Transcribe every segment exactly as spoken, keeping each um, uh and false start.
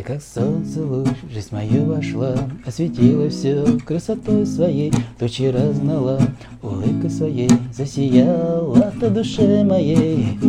как солнце луч, в жизнь мою вошла, осветила все красотой своей, тучи разгнала, улыбкой своей засияла ты душе моей.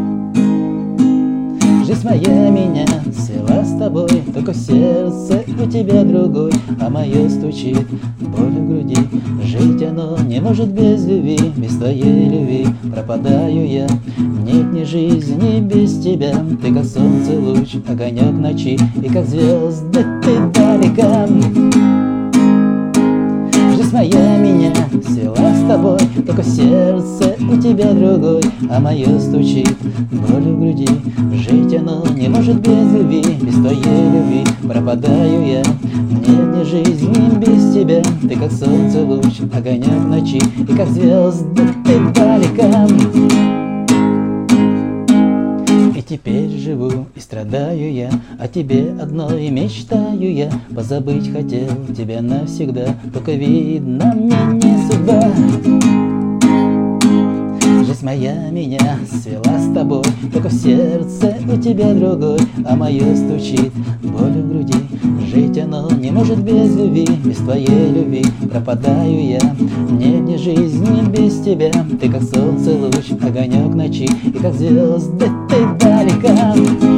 Жизнь моя меня свела с тобой, только в сердце у тебя другой, а мое стучит боль в груди. Жить оно не может без любви, без твоей любви пропадаю я. Нет ни жизни без тебя, ты как солнце луч, огонек ночи, и как звезды ты далека. Жизнь моя меня свела с тобой, только в сердце у тебя другой, а мое стучит боль в груди. Жить оно не может без любви, без твоей любви пропадаю я. Нет ни жизни без тебя, ты как солнце луч, огонек ночи, и как звезды ты далека. И теперь живу и страдаю я, о тебе одной мечтаю я. Позабыть хотел тебя навсегда, только видно мне не судьба. Жизнь моя меня свела с тобой, только в сердце у тебя другой, а мое стучит боль в груди. Жить оно не может без любви, без твоей любви пропадаю я. Нет ни жизни без тебя, ты как солнце луч, огонек ночи, и как звезды ты далека.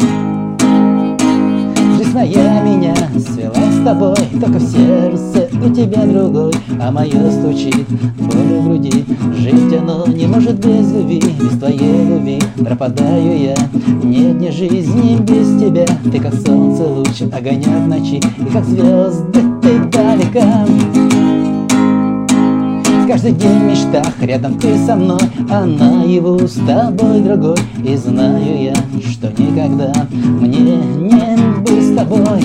Жизнь моя меня свела с тобой, только в сердце у тебя другой, а мое стучит боль в груди. Жить оно не может без любви, без твоей любви пропадаю я. Нет ни жизни без тебя, ты как солнце луч, огонек ночи, и как звезды ты далека. Каждый день в мечтах рядом ты со мной, а наяву с тобой другой. И знаю я, что никогда мне не быть с тобой.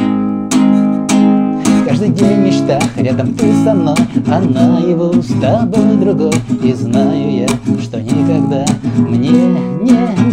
Каждый день в мечтах рядом ты со мной, а наяву с тобой другой. И знаю я, что никогда мне не